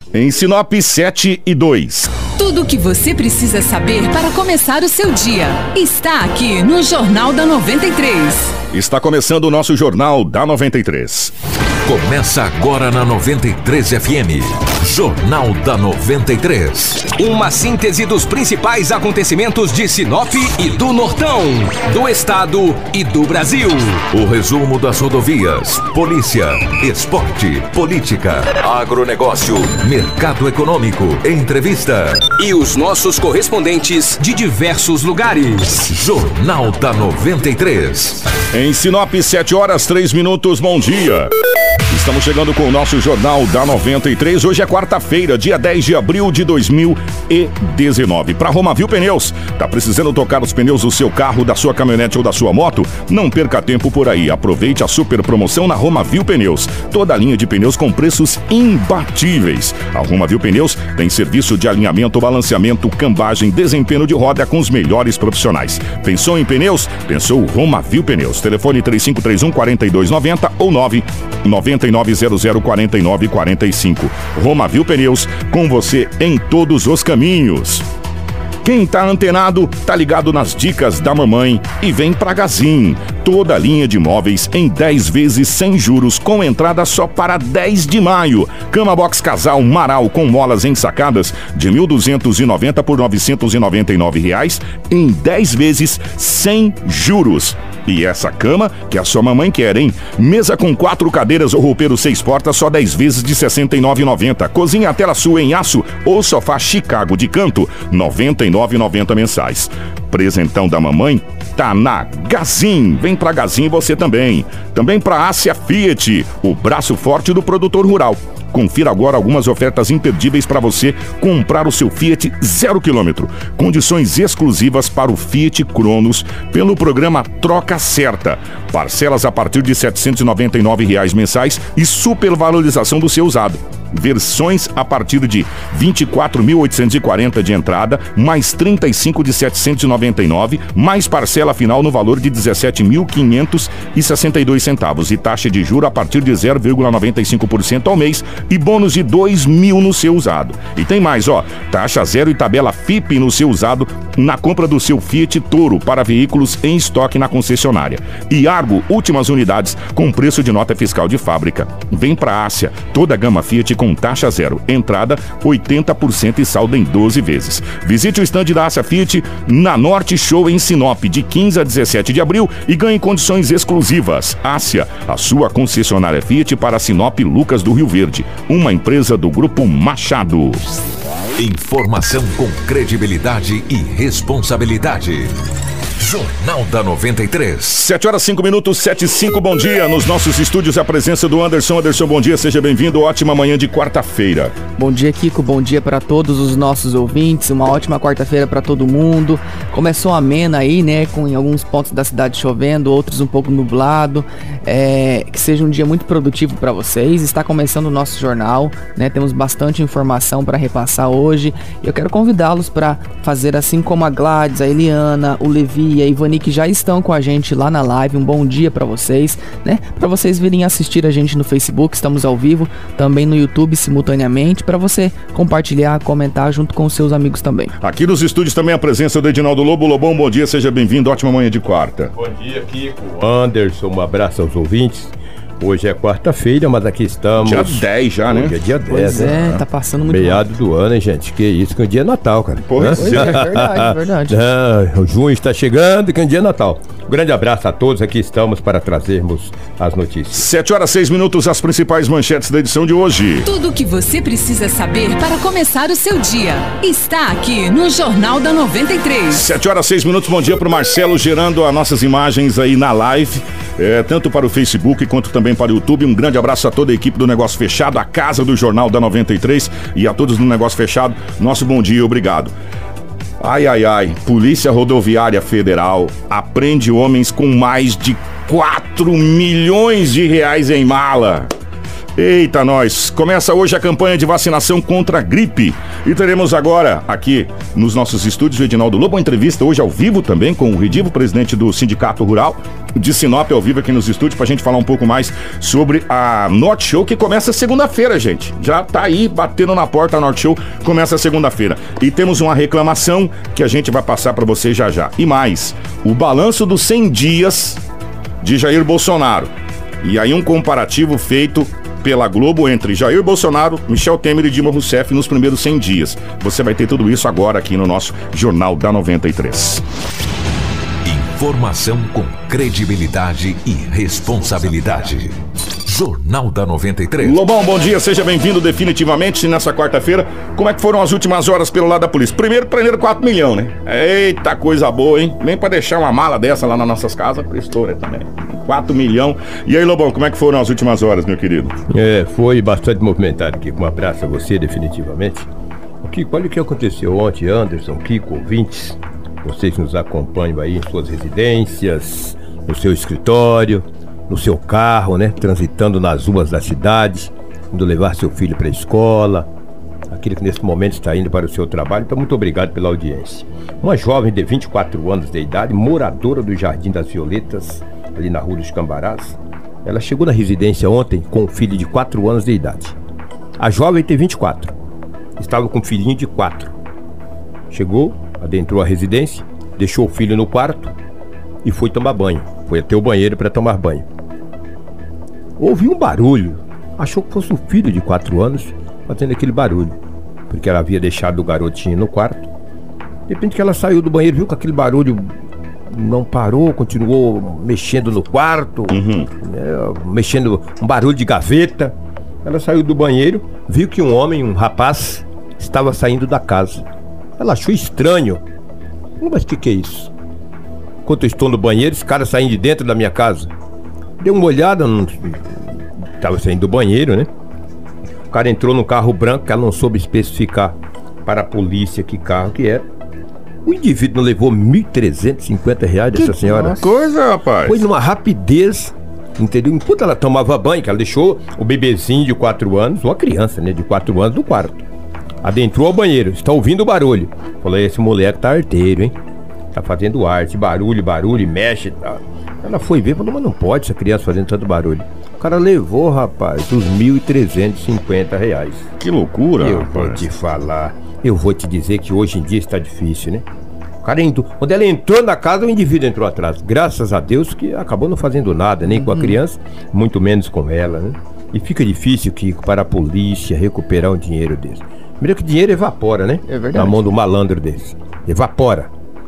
Em Sinop, 7:02. Tudo o que você precisa saber para começar o seu dia está aqui no Jornal da 93. Está começando o nosso Jornal da 93. Começa agora na 93 FM. Jornal da 93. Uma síntese dos principais acontecimentos de Sinop e do Nortão, do estado e do Brasil. O resumo das rodovias, polícia, esporte, política, agronegócio, mercado econômico, entrevista. E os nossos correspondentes de diversos lugares. Jornal da 93. Em Sinop, 7:03. Bom dia. Estamos chegando com o nosso Jornal da 93. Hoje é quarta-feira, dia 10 de abril de 2019. Para Romavil Pneus, tá precisando trocar os pneus do seu carro, da sua caminhonete ou da sua moto? Não perca tempo por aí. Aproveite a super promoção na Romavil Pneus. Toda a linha de pneus com preços imbatíveis. A Romavil Pneus tem serviço de alinhamento, balanceamento, cambagem, desempenho de roda com os melhores profissionais. Pensou em pneus? Pensou Romavil Pneus. Telefone 3531-4290 ou 999004945. Romavil Pneus, com você em todos os caminhos. Quem tá antenado, tá ligado nas dicas da mamãe e vem pra Gazin. Toda a linha de móveis em 10 vezes sem juros, com entrada só para 10 de maio. Cama box casal Marau com molas ensacadas de R$ 1.290 por R$ 999 em 10 vezes sem juros. E essa cama que a sua mamãe quer, hein? Mesa com 4 cadeiras ou roupeiro 6 portas, só 10 vezes de R$ 69,90. Cozinha tela sua em aço ou sofá Chicago de canto, R$ 99,90 mensais. Presentão da mamãe tá na Gazin. Vem pra Gazin você também. Também pra Ásia Fiat, o braço forte do produtor rural. Confira agora algumas ofertas imperdíveis para você comprar o seu Fiat 0 km. Condições exclusivas para o Fiat Cronos pelo programa Troca Certa. Parcelas a partir de R$ 799 mensais e supervalorização do seu usado. Versões a partir de 24.840 de entrada, mais 35 de 799, mais parcela final no valor de 17.562 centavos e taxa de juro a partir de 0,95% ao mês e bônus de 2.000 no seu usado. E tem mais, taxa zero e tabela FIP no seu usado na compra do seu Fiat Toro para veículos em estoque na concessionária. E Argo, últimas unidades com preço de nota fiscal de fábrica. Vem pra Ásia, toda a gama Fiat com taxa zero, entrada 80% e saldo em 12 vezes. Visite o estande da Ásia Fiat na Norte Show em Sinop, de 15 a 17 de abril e ganhe condições exclusivas. Ásia, a sua concessionária Fiat para Sinop Lucas do Rio Verde, uma empresa do Grupo Machado. Informação com credibilidade e responsabilidade. Jornal da 93. 7:05, 7:05, bom dia. Nos nossos estúdios a presença do Anderson. Anderson, bom dia, seja bem-vindo. Ótima manhã de quarta-feira. Bom dia, Kiko, bom dia para todos os nossos ouvintes. Uma ótima quarta-feira para todo mundo. Começou amena aí, né, com em alguns pontos da cidade chovendo, outros um pouco nublado. Que seja um dia muito produtivo para vocês. Está começando o nosso jornal, né? Temos bastante informação para repassar hoje. Eu quero convidá-los para fazer assim como a Gladys, a Eliana, o Levi e a Ivani, que já estão com a gente lá na live. Um bom dia para vocês, né? Para vocês virem assistir a gente no Facebook, estamos ao vivo, também no YouTube simultaneamente, para você compartilhar, comentar junto com os seus amigos também. Aqui nos estúdios também a presença do Edinaldo Lobo. Lobão, bom dia, seja bem-vindo. Ótima manhã de quarta. Bom dia, Kiko. Anderson, um abraço aos ouvintes. Hoje é quarta-feira, mas aqui estamos... Dia 10 já, né? Hoje é dia 10, pois né? Tá passando muito meado do ano, hein, gente? Que isso, que um dia é Natal, cara. Pois é, verdade. O junho está chegando e que um dia é Natal. Um grande abraço a todos, aqui estamos para trazermos as notícias. 7:06, as principais manchetes da edição de hoje. Tudo o que você precisa saber para começar o seu dia está aqui no Jornal da 93. 7:06, bom dia para o Marcelo, gerando as nossas imagens aí na live. Tanto para o Facebook quanto também para o YouTube. Um grande abraço a toda a equipe do Negócio Fechado, a casa do Jornal da 93 e a todos no Negócio Fechado. Nosso bom dia e obrigado. Ai, Polícia Rodoviária Federal apreende homens com mais de 4 milhões de reais em mala. Eita, nós! Começa hoje a campanha de vacinação contra a gripe. E teremos agora, aqui nos nossos estúdios, o Edinaldo Lobo, uma entrevista hoje ao vivo também com o Redivo, presidente do Sindicato Rural de Sinop, ao vivo aqui nos estúdios, pra gente falar um pouco mais sobre a Norte Show, que começa segunda-feira, gente. Já tá aí batendo na porta a Norte Show, começa segunda-feira. E temos uma reclamação que a gente vai passar pra você já já. E mais, o balanço dos 100 dias de Jair Bolsonaro. E aí um comparativo feito pela Globo entre Jair Bolsonaro, Michel Temer e Dilma Rousseff nos primeiros 100 dias. Você vai ter tudo isso agora aqui no nosso Jornal da 93. Informação com credibilidade e responsabilidade. Jornal da 93. Lobão, bom dia, seja bem-vindo definitivamente nessa quarta-feira. Como é que foram as últimas horas pelo lado da polícia? Primeiro, prenderam 4 milhões, né? Eita, coisa boa, hein? Nem pra deixar uma mala dessa lá nas nossas casas, prestou, né, também. 4 milhões. E aí, Lobão, como é que foram as últimas horas, meu querido? Foi bastante movimentado aqui. Um abraço a você, definitivamente. Kiko, olha o que aconteceu ontem, Anderson, Kiko, ouvintes. Vocês nos acompanham aí em suas residências, no seu escritório, no seu carro, né? Transitando nas ruas da cidade, indo levar seu filho para a escola, aquele que nesse momento está indo para o seu trabalho. Então, muito obrigado pela audiência. Uma jovem de 24 anos de idade, moradora do Jardim das Violetas, ali na Rua dos Cambarás, ela chegou na residência ontem com um filho de 4 anos de idade. A jovem tem 24, estava com um filhinho de 4. Chegou, adentrou a residência, deixou o filho no quarto e foi tomar banho. Foi até o banheiro para tomar banho. Ouviu um barulho, achou que fosse o filho de 4 anos fazendo aquele barulho, porque ela havia deixado o garotinho no quarto. De repente que ela saiu do banheiro, viu que aquele barulho não parou, continuou mexendo no quarto, mexendo, um barulho de gaveta. Ela saiu do banheiro, viu que um homem, um rapaz, estava saindo da casa. Ela achou estranho. Mas o que é isso? Enquanto eu estou no banheiro, esse cara saindo de dentro da minha casa. Deu uma olhada, estava saindo do banheiro, né? O cara entrou no carro branco, que ela não soube especificar para a polícia que carro que era. O indivíduo não levou R$ 1.350 dessa senhora. Coisa, rapaz. Foi numa rapidez, entendeu? Enquanto ela tomava banho, que ela deixou o bebezinho de 4 anos, uma criança, né, de 4 anos no quarto. Adentrou ao banheiro, está ouvindo o barulho. Falou, esse moleque tá arteiro, hein? Tá fazendo arte, barulho, mexe e tal. Ela foi ver, falou, mas não pode essa criança fazendo tanto barulho. O cara levou, rapaz, os R$ 1.350. Que loucura, eu rapaz. Vou te falar. Eu vou te dizer que hoje em dia está difícil, né? O cara entrou, quando ela entrou na casa, o indivíduo entrou atrás. Graças a Deus que acabou não fazendo nada, nem com a criança, muito menos com ela, né? E fica difícil, Kiko, para a polícia recuperar um dinheiro desse. Primeiro que dinheiro evapora, né? É verdade. Na mão do malandro desse. Evapora.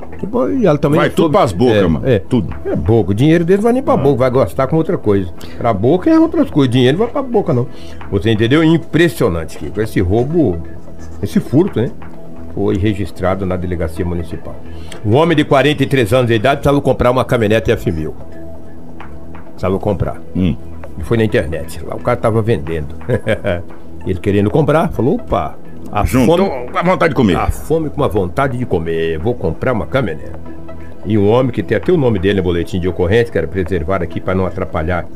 E ela também vai tudo pras bocas, mano. Tudo. É boca. O dinheiro dele vai nem pra boca, vai gastar com outra coisa. Pra boca é outras coisas. Dinheiro não vai pra boca, não. Você entendeu? Impressionante, Kiko. Esse roubo, esse furto, né? Foi registrado na delegacia municipal. Um homem de 43 anos de idade precisava comprar uma caminhonete F1000. Precisava comprar. E foi na internet. Lá o cara tava vendendo. Ele querendo comprar, falou, opa, juntou com a vontade de comer. A fome com a vontade de comer. Vou comprar uma caminhonete. E um homem que tem até o nome dele no boletim de ocorrência, que era preservar aqui para não atrapalhar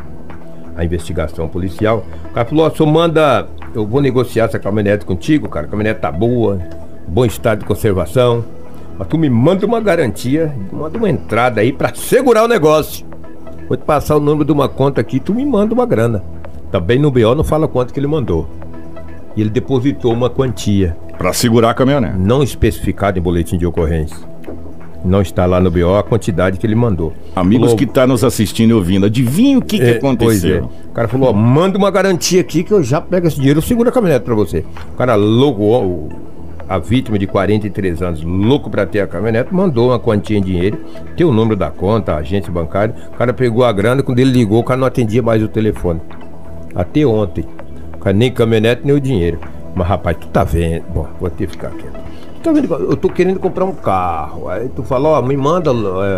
a investigação policial. O cara falou, só manda, eu vou negociar essa caminhonete contigo, cara. A caminhonete tá boa, bom estado de conservação. Mas tu me manda uma garantia, manda uma entrada aí pra segurar o negócio. Vou te passar o número de uma conta aqui, tu me manda uma grana. Também no BO não fala quanto que ele mandou. E ele depositou uma quantia. Pra segurar a caminhonete. Não especificado em boletim de ocorrência. Não está lá no BO a quantidade que ele mandou. Amigos falou, que tá nos assistindo e ouvindo, adivinha o que aconteceu? O cara falou, manda uma garantia aqui que eu já pego esse dinheiro, eu seguro a caminhonete pra você. O cara louco, a vítima de 43 anos, louco pra ter a caminhonete, mandou uma quantia em dinheiro, tem o número da conta, a agência bancária. O cara pegou a grana, quando ele ligou, o cara não atendia mais o telefone. Até ontem. O cara nem caminhonete, nem o dinheiro. Mas rapaz, tu tá vendo. Bom, vou ter que ficar quieto. Tu tá vendo? Eu tô querendo comprar um carro. Aí tu fala, ó, me manda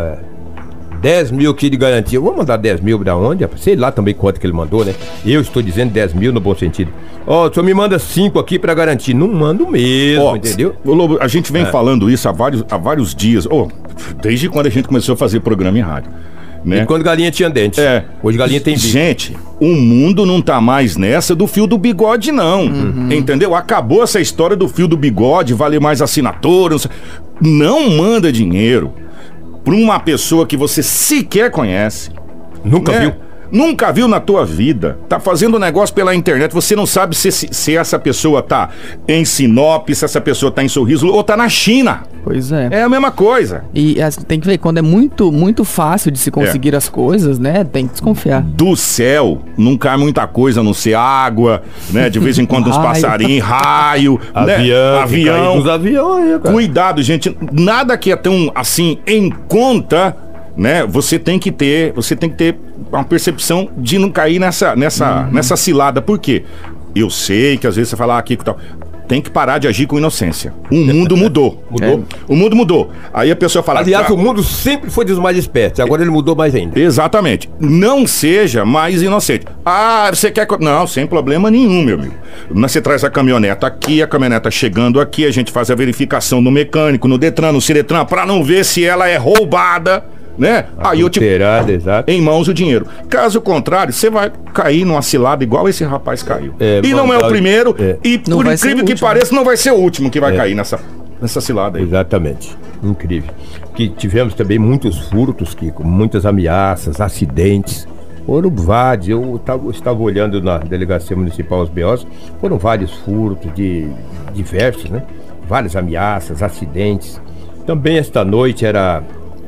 10 mil aqui de garantia. Eu vou mandar 10 mil da onde? Sei lá também quanto que ele mandou, né? Eu estou dizendo 10 mil no bom sentido. Ó, o senhor me manda 5 aqui pra garantir. Não mando mesmo, entendeu? Lobo, a gente vem falando isso há vários dias. Desde quando a gente começou a fazer programa em rádio. E quando galinha tinha dente. Hoje galinha tem bico. Gente, o mundo não tá mais nessa do fio do bigode, não. Entendeu? Acabou essa história do fio do bigode, vale mais assinatura. Não manda dinheiro pra uma pessoa que você sequer conhece. Nunca viu. Nunca viu na tua vida. Tá fazendo negócio pela internet. Você não sabe se essa pessoa tá em Sinop, se essa pessoa tá em Sorriso ou tá na China. Pois é. É a mesma coisa. E tem que ver, quando é muito fácil de se conseguir as coisas, né? Tem que desconfiar. Do céu, não cai muita coisa, não ser água, né? De vez em quando uns passarinhos, raio, avião. Os aviões, cara. Cuidado, gente. Nada que é tão assim em conta, né? Você tem que ter uma percepção de não cair nessa cilada. Por quê? Eu sei que às vezes você fala aqui e tal. Tem que parar de agir com inocência. O mundo mudou. O mundo mudou. Aí a pessoa fala... Aliás, o mundo sempre foi dos mais espertos. Agora ele mudou mais ainda. Exatamente. Não seja mais inocente. Você quer... Não, sem problema nenhum, meu amigo. Você traz a caminhoneta aqui, a caminhoneta chegando aqui, a gente faz a verificação no mecânico, no Detran, no Ciretran, pra não ver se ela é roubada, né? Aí eu exato. Em mãos o dinheiro. Caso contrário, você vai cair numa cilada igual esse rapaz caiu. E não é o primeiro, e não, por incrível que pareça, não vai ser o último que vai cair nessa cilada aí. Exatamente. Incrível. Que tivemos também muitos furtos, com muitas ameaças, acidentes. Foram vários. Eu estava olhando na Delegacia Municipal Os BOs, foram vários furtos diversos, né? Várias ameaças, acidentes. Também esta noite era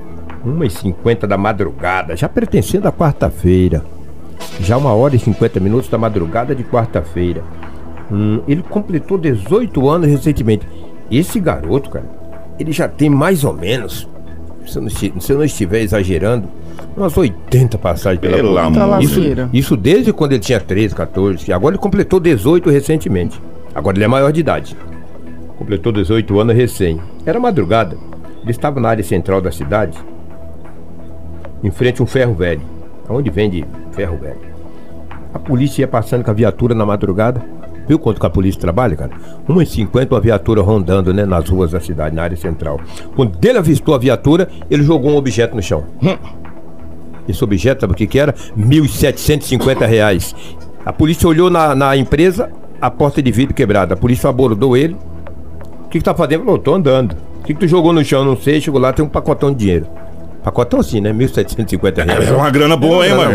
1h50 da madrugada, já pertencendo à quarta-feira. Já 1h50 da madrugada de quarta-feira. Ele completou 18 anos recentemente. Esse garoto, cara, ele já tem mais ou menos, se eu não estiver exagerando, umas 80 passagens pela polícia. Isso desde quando ele tinha 13, 14. Agora ele completou 18 recentemente. Agora ele é maior de idade. Completou 18 anos recém. Era madrugada. Ele estava na área central da cidade, em frente a um ferro velho, onde vende ferro velho. A polícia ia passando com a viatura na madrugada. Viu quanto que a polícia trabalha, cara? 1h50 uma viatura rondando, né, nas ruas da cidade, na área central. Quando ele avistou a viatura, ele jogou um objeto no chão. Esse objeto, sabe o que era? R$1.750. A polícia olhou na empresa, a porta de vidro quebrada. A polícia abordou ele. O que tá fazendo? Falou, tô andando. O que tu jogou no chão? Não sei. Chegou lá, tem um pacotão de dinheiro. Pacotão assim, né? R$1.750. É uma grana boa, hein, mano?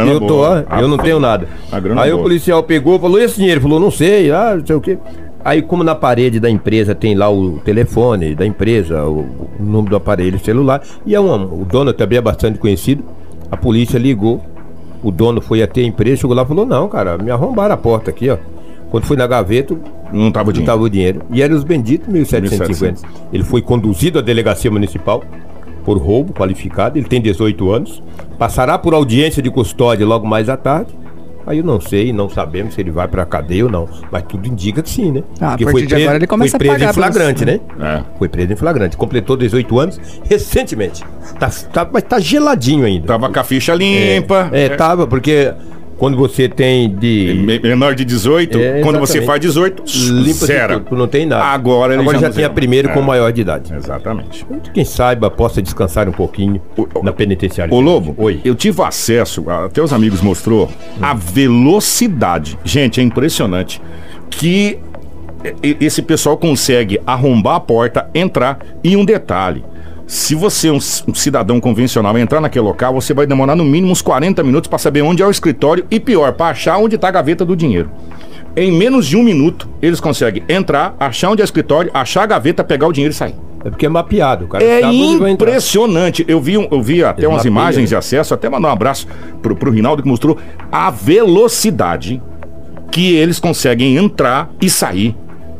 Eu não tenho nada. Aí o policial pegou, falou, e esse dinheiro? Falou, não sei, não sei o quê. Aí, como na parede da empresa tem lá o telefone da empresa, o número do aparelho celular, e o dono também é bastante conhecido, a polícia ligou, o dono foi até a empresa, chegou lá e falou, não, cara, me arrombaram a porta aqui, ó. Quando foi na gaveta, não tava o dinheiro. E eram os benditos R$1.750. Ele foi conduzido à delegacia municipal por roubo qualificado, ele tem 18 anos, passará por audiência de custódia logo mais à tarde. Aí eu não sei, não sabemos se ele vai pra cadeia ou não, mas tudo indica que sim, né? Porque foi preso, agora ele começa foi preso a em flagrante, né? Foi preso em flagrante, completou 18 anos recentemente. Mas tá geladinho ainda. Tava com a ficha limpa. Tava, porque quando você tem menor de 18, quando você faz 18, limpa tudo, não tem nada. Agora ele já tem a primeira com maior de idade. Exatamente. Quem saiba possa descansar um pouquinho na penitenciária. Ô Lobo, eu tive acesso, até os amigos mostrou, a velocidade. Gente, é impressionante que esse pessoal consegue arrombar a porta, entrar. E um detalhe, se você é um cidadão convencional entrar naquele local, você vai demorar no mínimo uns 40 minutos para saber onde é o escritório e pior, para achar onde está a gaveta do dinheiro. Em menos de 1 minuto, eles conseguem entrar, achar onde é o escritório, achar a gaveta, pegar o dinheiro e sair. É porque é mapeado, o cara. É impressionante. Eu vi até umas imagens de acesso, até mandar um abraço pro Rinaldo que mostrou a velocidade que eles conseguem entrar e sair.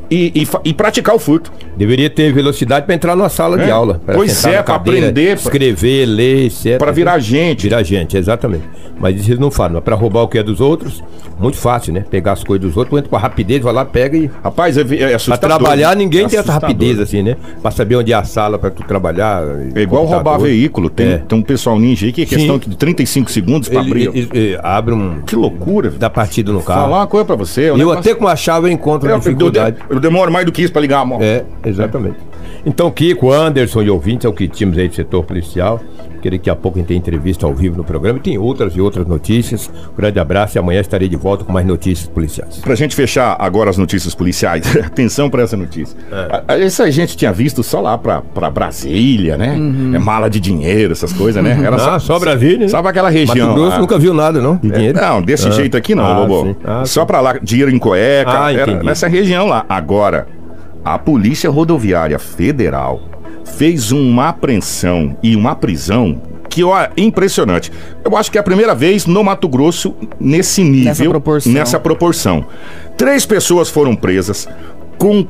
E praticar o furto. Deveria ter velocidade para entrar numa sala de aula. Pois é, para aprender. Escrever, ler, etc. Para virar gente. Virar gente, exatamente. Mas isso eles não falam. Para roubar o que é dos outros, muito fácil, né? Pegar as coisas dos outros, entra com a rapidez, vai lá, pega e... Rapaz, é assustador. Para trabalhar, ninguém tem essa rapidez assim, né? Para saber onde é a sala para tu trabalhar. É igual roubar veículo. Tem um pessoal ninja aí que é questão de 35 segundos para abrir. Abre um... Que loucura. Dá partida no carro. Falar uma coisa para você. Eu até com a chave eu encontro dificuldade. Eu demoro mais do que isso para ligar a mão. Exatamente. Então, Kiko, Anderson e ouvintes, é o que tínhamos aí do setor policial. Porque daqui a pouco a gente tem entrevista ao vivo no programa e tem outras notícias. Um grande abraço e amanhã estarei de volta com mais notícias policiais. Pra gente fechar agora as notícias policiais, atenção pra essa notícia. Essa gente tinha visto só lá pra Brasília, né? É mala de dinheiro, essas coisas, né? Era só Brasília, né? Só pra aquela região. Mato Grosso nunca viu nada, não? De dinheiro? Não, desse jeito aqui não, Bobo. Só pra lá, dinheiro em cueca, era nessa região lá. Agora, a Polícia Rodoviária Federal fez uma apreensão e uma prisão que é impressionante. Eu acho que é a primeira vez no Mato Grosso nesse nível, nessa proporção. 3 pessoas foram presas com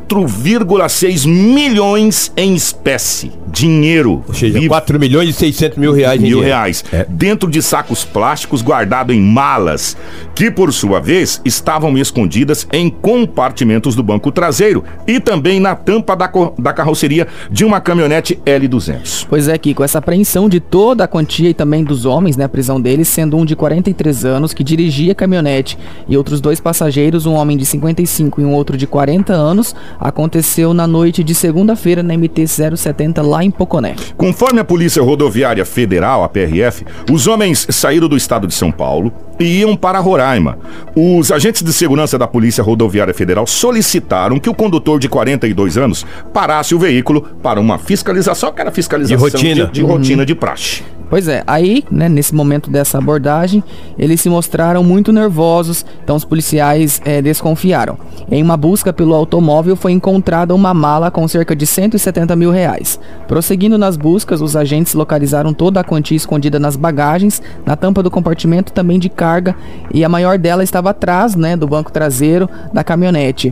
4,6 milhões em espécie, dinheiro. Ou seja, 4 milhões e 600 mil reais em reais, dentro de sacos plásticos guardados em malas, que por sua vez estavam escondidas em compartimentos do banco traseiro e também na tampa da carroceria de uma caminhonete L200. Pois é, Kiko, essa apreensão de toda a quantia e também dos homens, né, a prisão deles, sendo um de 43 anos que dirigia a caminhonete e outros 2 passageiros, um homem de 55 e um outro de 40 anos, aconteceu na noite de segunda-feira na MT-070 lá em Poconé. Conforme a Polícia Rodoviária Federal, a PRF, os homens saíram do estado de São Paulo e iam para Roraima. Os agentes de segurança da Polícia Rodoviária Federal solicitaram que o condutor de 42 anos parasse o veículo para uma fiscalização, que era fiscalização de rotina de praxe. Pois é, aí, né, nesse momento dessa abordagem, eles se mostraram muito nervosos, então os policiais desconfiaram. Em uma busca pelo automóvel foi encontrada uma mala com cerca de 170 mil reais. Prosseguindo nas buscas, os agentes localizaram toda a quantia escondida nas bagagens, na tampa do compartimento também de carga, e a maior dela estava atrás, né, do banco traseiro da caminhonete.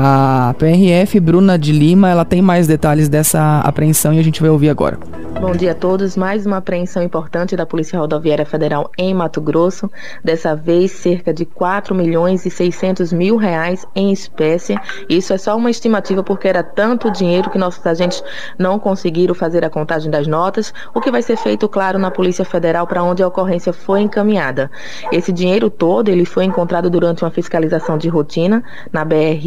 A PRF, Bruna de Lima, ela tem mais detalhes dessa apreensão e a gente vai ouvir agora. Bom dia a todos. Mais uma apreensão importante da Polícia Rodoviária Federal em Mato Grosso. Dessa vez, cerca de 4 milhões e 600 mil reais em espécie. Isso é só uma estimativa porque era tanto dinheiro que nossos agentes não conseguiram fazer a contagem das notas, o que vai ser feito, claro, na Polícia Federal, para onde a ocorrência foi encaminhada. Esse dinheiro todo ele foi encontrado durante uma fiscalização de rotina na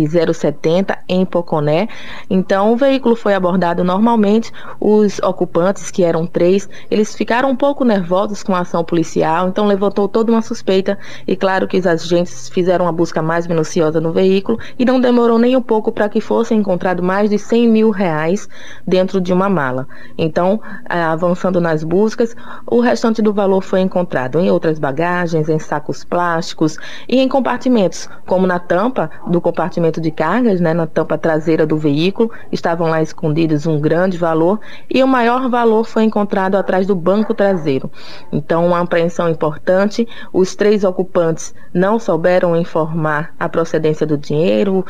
BR-070 em Poconé. Então, o veículo foi abordado normalmente. Os ocupantes, que eram 3, eles ficaram um pouco nervosos com a ação policial, então levantou toda uma suspeita e claro que os agentes fizeram uma busca mais minuciosa no veículo e não demorou nem um pouco para que fosse encontrado mais de 100 mil reais dentro de uma mala. Então, avançando nas buscas, o restante do valor foi encontrado em outras bagagens, em sacos plásticos e em compartimentos, como na tampa do compartimento de cargas, né, na tampa traseira do veículo, estavam lá escondidos um grande valor e o maior valor foi encontrado atrás do banco traseiro. Então, uma apreensão importante. Os 3 ocupantes não souberam informar a procedência do dinheiro,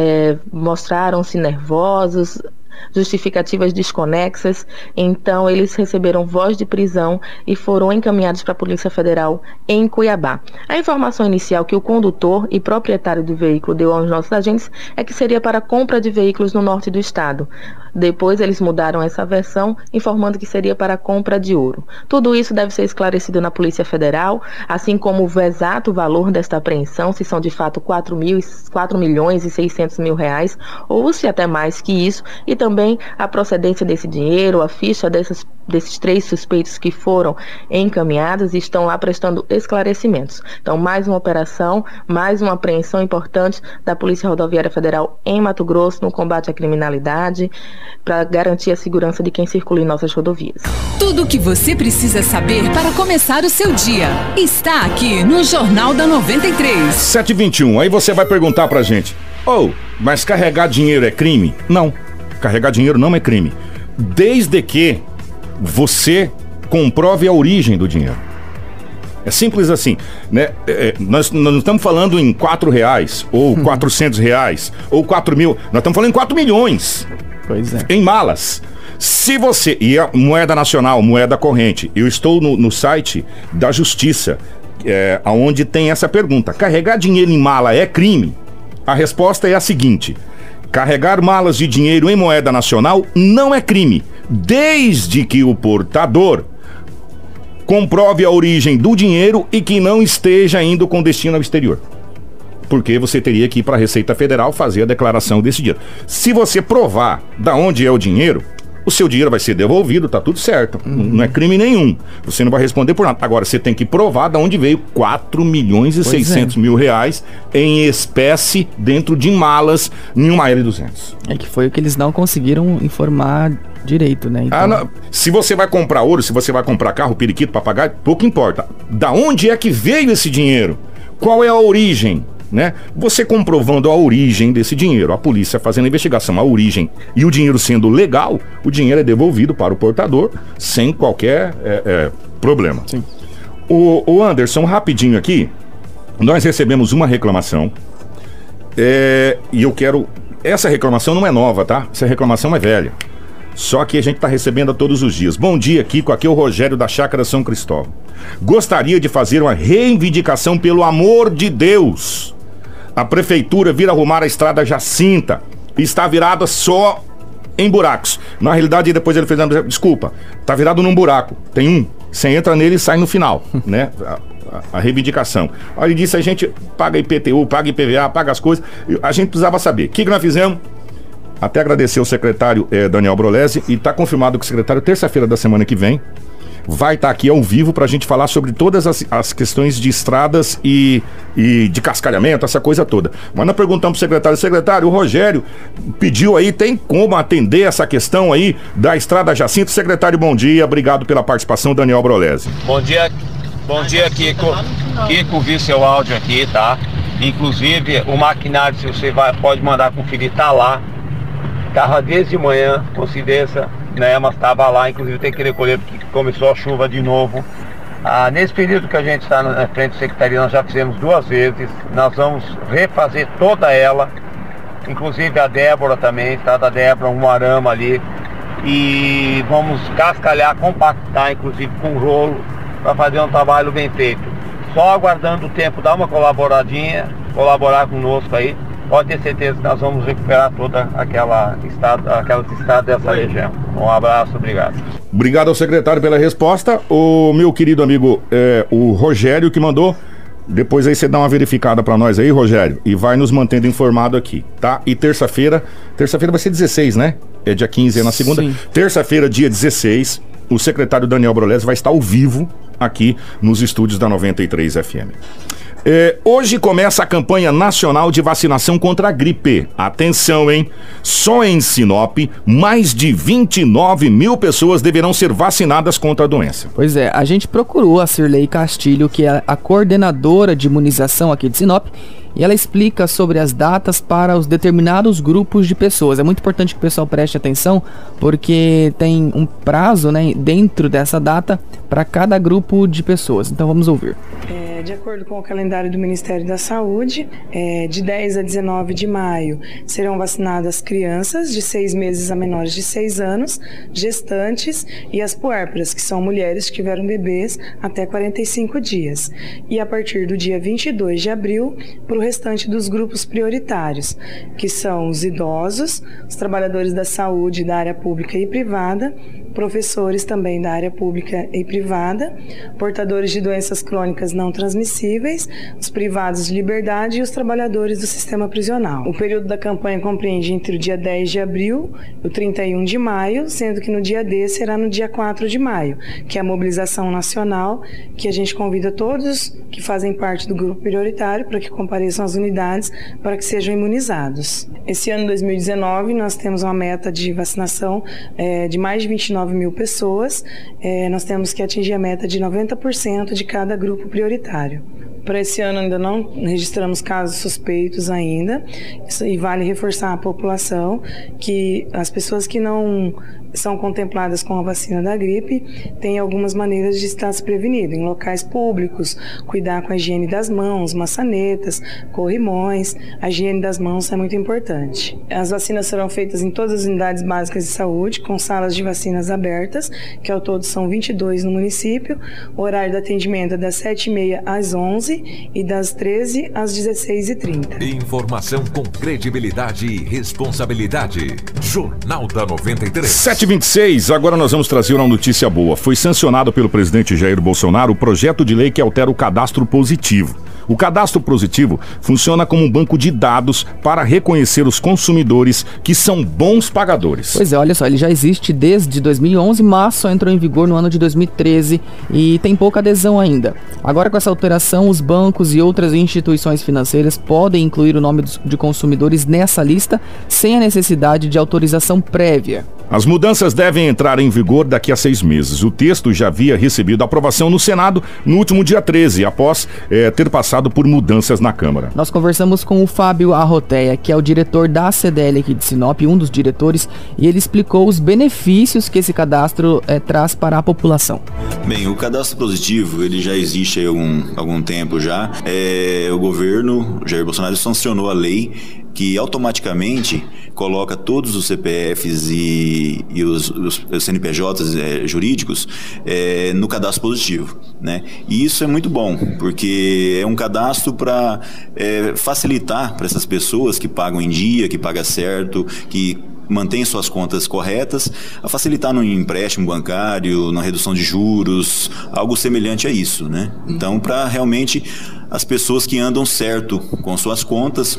mostraram-se nervosos, justificativas desconexas, então eles receberam voz de prisão e foram encaminhados para a Polícia Federal em Cuiabá. A informação inicial que o condutor e proprietário do veículo deu aos nossos agentes é que seria para compra de veículos no norte do estado. Depois eles mudaram essa versão, informando que seria para a compra de ouro. Tudo isso deve ser esclarecido na Polícia Federal, assim como o exato valor desta apreensão, se são de fato 4 milhões e 600 mil reais, ou se até mais que isso, e também a procedência desse dinheiro, a ficha desses 3 suspeitos que foram encaminhados e estão lá prestando esclarecimentos. Então, mais uma operação, mais uma apreensão importante da Polícia Rodoviária Federal em Mato Grosso no combate à criminalidade, para garantir a segurança de quem circula em nossas rodovias. Tudo o que você precisa saber para começar o seu dia está aqui no Jornal da 93. 7h21, aí você vai perguntar pra gente: mas carregar dinheiro é crime? Não, carregar dinheiro não é crime, desde que você comprove a origem do dinheiro. É simples assim, né? Nós não estamos falando em R$4 ou R$400 ou 4 mil, nós estamos falando em 4 milhões. Pois é. Em malas. Se você... E a moeda nacional, moeda corrente. Eu estou no site da Justiça, onde tem essa pergunta: carregar dinheiro em mala é crime? A resposta é a seguinte: carregar malas de dinheiro em moeda nacional não é crime, desde que o portador comprove a origem do dinheiro e que não esteja indo com destino ao exterior. porque você teria que ir para a Receita Federal fazer a declaração desse dinheiro. Se você provar da onde é o dinheiro, o seu dinheiro vai ser devolvido, tá tudo certo. Não é crime nenhum. Você não vai responder por nada. Agora, você tem que provar de onde veio 4 milhões e 600 mil reais em espécie dentro de malas em uma L200. É que foi o que eles não conseguiram informar direito, né? Então... Se você vai comprar ouro, se você vai comprar carro, periquito, papagaio, pouco importa. Da onde é que veio esse dinheiro? Qual é a origem? Né? Você comprovando a origem desse dinheiro, a polícia fazendo a investigação, a origem e o dinheiro sendo legal, o dinheiro é devolvido para o portador sem qualquer problema. Sim. O Anderson, rapidinho aqui, nós recebemos uma reclamação e eu quero... Essa reclamação não é nova, tá? Essa reclamação é velha. Só que a gente está recebendo a todos os dias. Bom dia, Kiko. Aqui é o Rogério da Chácara São Cristóvão. Gostaria de fazer uma reivindicação, pelo amor de Deus. A prefeitura vir arrumar a estrada Jacinta. Está virada só em buracos. Na realidade, depois ele fez... Desculpa, está virado num buraco. Tem um. Você entra nele e sai no final, né? A reivindicação. Aí ele disse, a gente paga IPTU, paga IPVA, paga as coisas. A gente precisava saber. O que nós fizemos? Até agradecer ao secretário Daniel Brolesi, e está confirmado que o secretário, terça-feira da semana que vem, vai estar aqui ao vivo para a gente falar sobre todas as questões de estradas e de cascalhamento, essa coisa toda. Mas nós perguntamos para o secretário, o Rogério pediu aí, tem como atender essa questão aí da estrada Jacinto? Secretário, bom dia, obrigado pela participação, Daniel Brolesi. Bom dia, Kiko. Kiko, vi seu áudio aqui, tá? Inclusive, o maquinário, se você pode mandar conferir, tá lá. Tava desde manhã, coincidência, né? Mas estava lá, inclusive tem que recolher porque começou a chuva de novo. Nesse período que a gente está na frente da secretaria, nós já fizemos 2 vezes. Nós vamos refazer toda ela, inclusive a Débora também, está da Débora, um arame ali. E vamos cascalhar, compactar, inclusive com rolo, para fazer um trabalho bem feito. Só aguardando o tempo, dar uma colaboradinha, colaborar conosco aí. Pode ter certeza que nós vamos recuperar toda aquelas estradas dessa região. Um abraço, obrigado. Obrigado ao secretário pela resposta. O meu querido amigo, o Rogério, que mandou. Depois aí você dá uma verificada para nós aí, Rogério, e vai nos mantendo informado aqui, tá? E terça-feira vai ser 16, né? É dia 15, é na segunda. Terça-feira, dia 16, o secretário Daniel Brolesi vai estar ao vivo aqui nos estúdios da 93 FM. Hoje começa a campanha nacional de vacinação contra a gripe. Atenção, hein? Só em Sinop, mais de 29 mil pessoas deverão ser vacinadas contra a doença. Pois é, a gente procurou a Cirlei Castilho, que é a coordenadora de imunização aqui de Sinop, e ela explica sobre as datas para os determinados grupos de pessoas. É muito importante que o pessoal preste atenção, porque tem um prazo, né, dentro dessa data para cada grupo de pessoas. Então vamos ouvir. De acordo com o calendário do Ministério da Saúde, de 10 a 19 de maio serão vacinadas crianças de 6 meses a menores de 6 anos, gestantes e as puérperas, que são mulheres que tiveram bebês até 45 dias. E a partir do dia 22 de abril, para o restante dos grupos prioritários, que são os idosos, os trabalhadores da saúde da área pública e privada, professores também da área pública e privada, portadores de doenças crônicas não transmissíveis, os privados de liberdade e os trabalhadores do sistema prisional. O período da campanha compreende entre o dia 10 de abril e o 31 de maio, sendo que no dia D será no dia 4 de maio, que é a mobilização nacional, que a gente convida todos que fazem parte do grupo prioritário para que compareçam às unidades para que sejam imunizados. Esse ano 2019 nós temos uma meta de vacinação de mais de 29 mil pessoas. Nós temos que atingir a meta de 90% de cada grupo prioritário. Para esse ano ainda não registramos casos suspeitos ainda, e vale reforçar a população que as pessoas que não são contempladas com a vacina da gripe têm algumas maneiras de estar se prevenindo. Em locais públicos, cuidar com a higiene das mãos, maçanetas, corrimões. A higiene das mãos é muito importante. As vacinas serão feitas em todas as unidades básicas de saúde, com salas de vacinas abertas, que ao todo são 22 no município. O horário de atendimento é das 7h30 às 11h e das 13h às 16h30. Informação com credibilidade e responsabilidade. Jornal da 93. 7h26, agora nós vamos trazer uma notícia boa. Foi sancionado pelo presidente Jair Bolsonaro o projeto de lei que altera o cadastro positivo. O cadastro positivo funciona como um banco de dados para reconhecer os consumidores que são bons pagadores. Pois é, olha só, ele já existe desde 2011, mas só entrou em vigor no ano de 2013 e tem pouca adesão ainda. Agora, com essa alteração, os bancos e outras instituições financeiras podem incluir o nome de consumidores nessa lista sem a necessidade de autorização prévia. As mudanças devem entrar em vigor daqui a 6 meses. O texto já havia recebido aprovação no Senado no último dia 13, após ter passado por mudanças na Câmara. Nós conversamos com o Fábio Arroteia, que é o diretor da CDL aqui de Sinop, um dos diretores, e ele explicou os benefícios que esse cadastro traz para a população. Bem, o cadastro positivo, ele já existe há algum tempo já. O governo, Jair Bolsonaro, sancionou a lei que automaticamente coloca todos os CPFs e os CNPJs jurídicos no cadastro positivo, né? E isso é muito bom, porque é um cadastro para facilitar para essas pessoas que pagam em dia, que pagam certo, que mantém suas contas corretas, a facilitar no empréstimo bancário, na redução de juros, algo semelhante a isso, né? Então, para realmente as pessoas que andam certo com suas contas,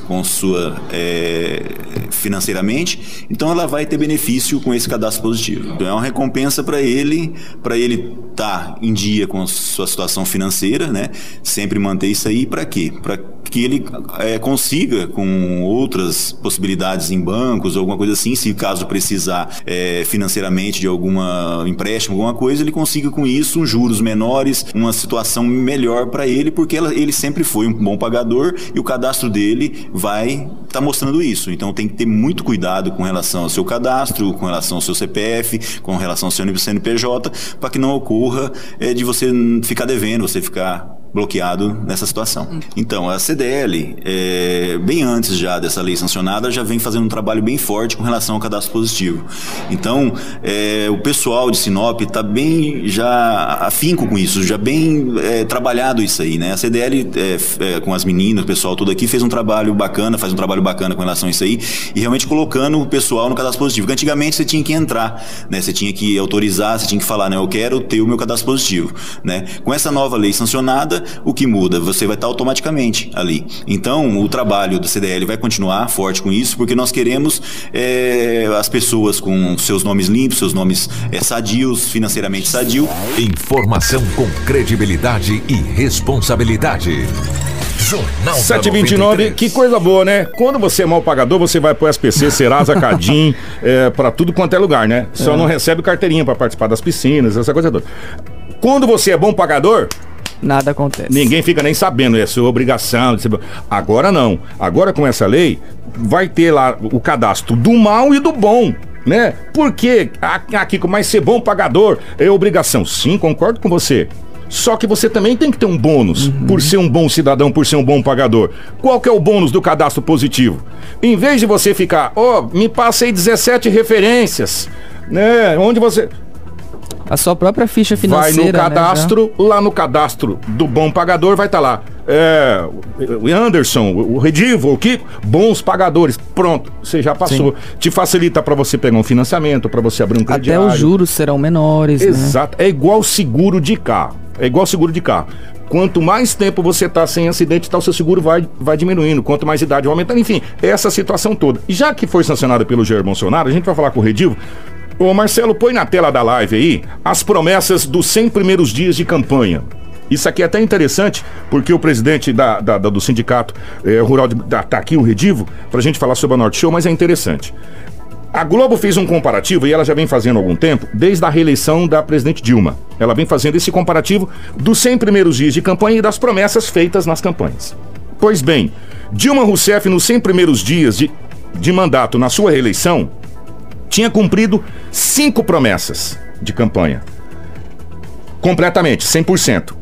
financeiramente, então ela vai ter benefício com esse cadastro positivo. Então é uma recompensa para ele estar em dia com sua situação financeira, né? Sempre manter isso aí. Para quê? Para que ele consiga, com outras possibilidades em bancos ou alguma coisa assim, se caso precisar financeiramente de alguma empréstimo, alguma coisa, ele consiga com isso juros menores, uma situação melhor para ele, porque ele sempre foi um bom pagador e o cadastro dele vai estar mostrando isso. Então tem que ter muito cuidado com relação ao seu cadastro, com relação ao seu CPF, com relação ao seu CNPJ, para que não ocorra de você ficar devendo, você ficar bloqueado nessa situação. Então, a CDL, bem antes já dessa lei sancionada, já vem fazendo um trabalho bem forte com relação ao cadastro positivo. Então, o pessoal de Sinop está bem já afinco com isso, já bem trabalhado isso aí, né? A CDL, com as meninas, o pessoal todo aqui, faz um trabalho bacana com relação a isso aí, e realmente colocando o pessoal no cadastro positivo. Porque antigamente você tinha que entrar, né? Você tinha que autorizar, você tinha que falar, né? Eu quero ter o meu cadastro positivo, né? Com essa nova lei sancionada, o que muda? Você vai estar automaticamente ali. Então, o trabalho do CDL vai continuar forte com isso, porque nós queremos as pessoas com seus nomes limpos, seus nomes sadios, financeiramente sadio. Informação com credibilidade e responsabilidade. Jornal 729, que coisa boa, né? Quando você é mal pagador, você vai pro SPC, Serasa, Cadim, pra tudo quanto é lugar, né? Só não recebe carteirinha pra participar das piscinas, essa coisa toda. Quando você é bom pagador, nada acontece. Ninguém fica nem sabendo, é sua obrigação. Agora não. Agora com essa lei, vai ter lá o cadastro do mal e do bom, né? Porque aqui, mas ser bom pagador é obrigação. Sim, concordo com você. Só que você também tem que ter um bônus por ser um bom cidadão, por ser um bom pagador. Qual que é o bônus do cadastro positivo? Em vez de você ficar, me passa aí 17 referências, né? Onde você... A sua própria ficha financeira. Vai no cadastro, né, lá no cadastro do bom pagador vai estar lá. O Anderson, o Redivo, o Kiko, bons pagadores. Pronto, você já passou. Sim. Te facilita para você pegar um financiamento, para você abrir um crediário. Até os juros serão menores. Exato. Né? É igual seguro de carro. Quanto mais tempo você está sem acidente, o seu seguro vai diminuindo. Quanto mais idade vai aumentando. Enfim, essa situação toda. E já que foi sancionada pelo Jair Bolsonaro, a gente vai falar com o Redivo. Ô Marcelo, põe na tela da live aí as promessas dos 100 primeiros dias de campanha. Isso aqui é até interessante, porque o presidente do sindicato rural tá aqui, o Redivo, pra gente falar sobre a Norte Show, mas é interessante. A Globo fez um comparativo, e ela já vem fazendo há algum tempo, desde a reeleição da presidente Dilma. Ela vem fazendo esse comparativo dos 100 primeiros dias de campanha e das promessas feitas nas campanhas. Pois bem, Dilma Rousseff, nos 100 primeiros dias de mandato na sua reeleição, tinha cumprido 5 promessas de campanha. Completamente, 100%.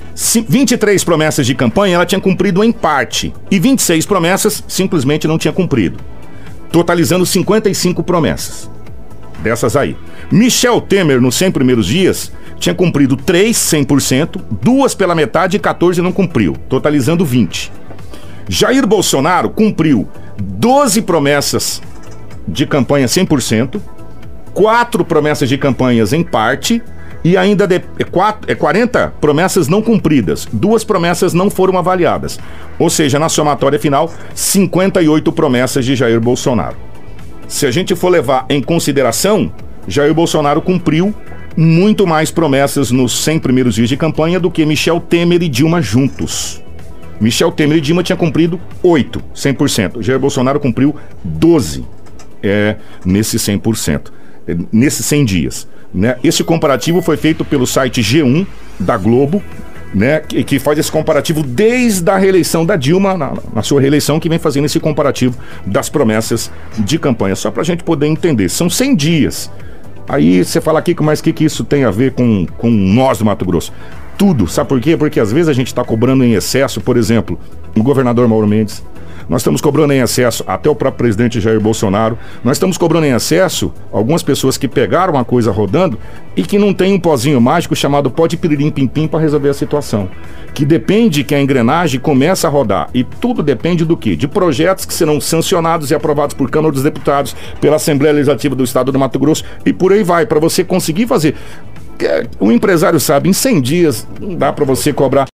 23 promessas de campanha ela tinha cumprido em parte. E 26 promessas simplesmente não tinha cumprido. Totalizando 55 promessas. Dessas aí. Michel Temer, nos 100 primeiros dias, tinha cumprido 3, 100%, 2 pela metade e 14 não cumpriu. Totalizando 20. Jair Bolsonaro cumpriu 12 promessas de campanha 100%, 4 promessas de campanhas em parte E ainda 40 promessas não cumpridas. 2 promessas não foram avaliadas. Ou seja, na somatória final, 58 promessas de Jair Bolsonaro. Se a gente for levar em consideração, Jair Bolsonaro cumpriu muito mais promessas nos 100 primeiros dias de campanha do que Michel Temer e Dilma juntos. Michel Temer e Dilma tinham cumprido 8, 100%. Jair Bolsonaro cumpriu 12 nesses 100%, nesses 100 dias. Né? Esse comparativo foi feito pelo site G1 da Globo, né? que faz esse comparativo desde a reeleição da Dilma, na sua reeleição, que vem fazendo esse comparativo das promessas de campanha. Só para a gente poder entender, são 100 dias. Aí você fala aqui, mas o que isso tem a ver com nós do Mato Grosso? Tudo, sabe por quê? Porque às vezes a gente está cobrando em excesso, por exemplo, o governador Mauro Mendes. Nós estamos cobrando em excesso até o próprio presidente Jair Bolsonaro. Nós estamos cobrando em excesso algumas pessoas que pegaram a coisa rodando e que não tem um pozinho mágico chamado pó de piririm-pim-pim para resolver a situação. Que depende que a engrenagem comece a rodar. E tudo depende do quê? De projetos que serão sancionados e aprovados por Câmara dos Deputados, pela Assembleia Legislativa do Estado do Mato Grosso e por aí vai, para você conseguir fazer. O empresário sabe, em 100 dias não dá para você cobrar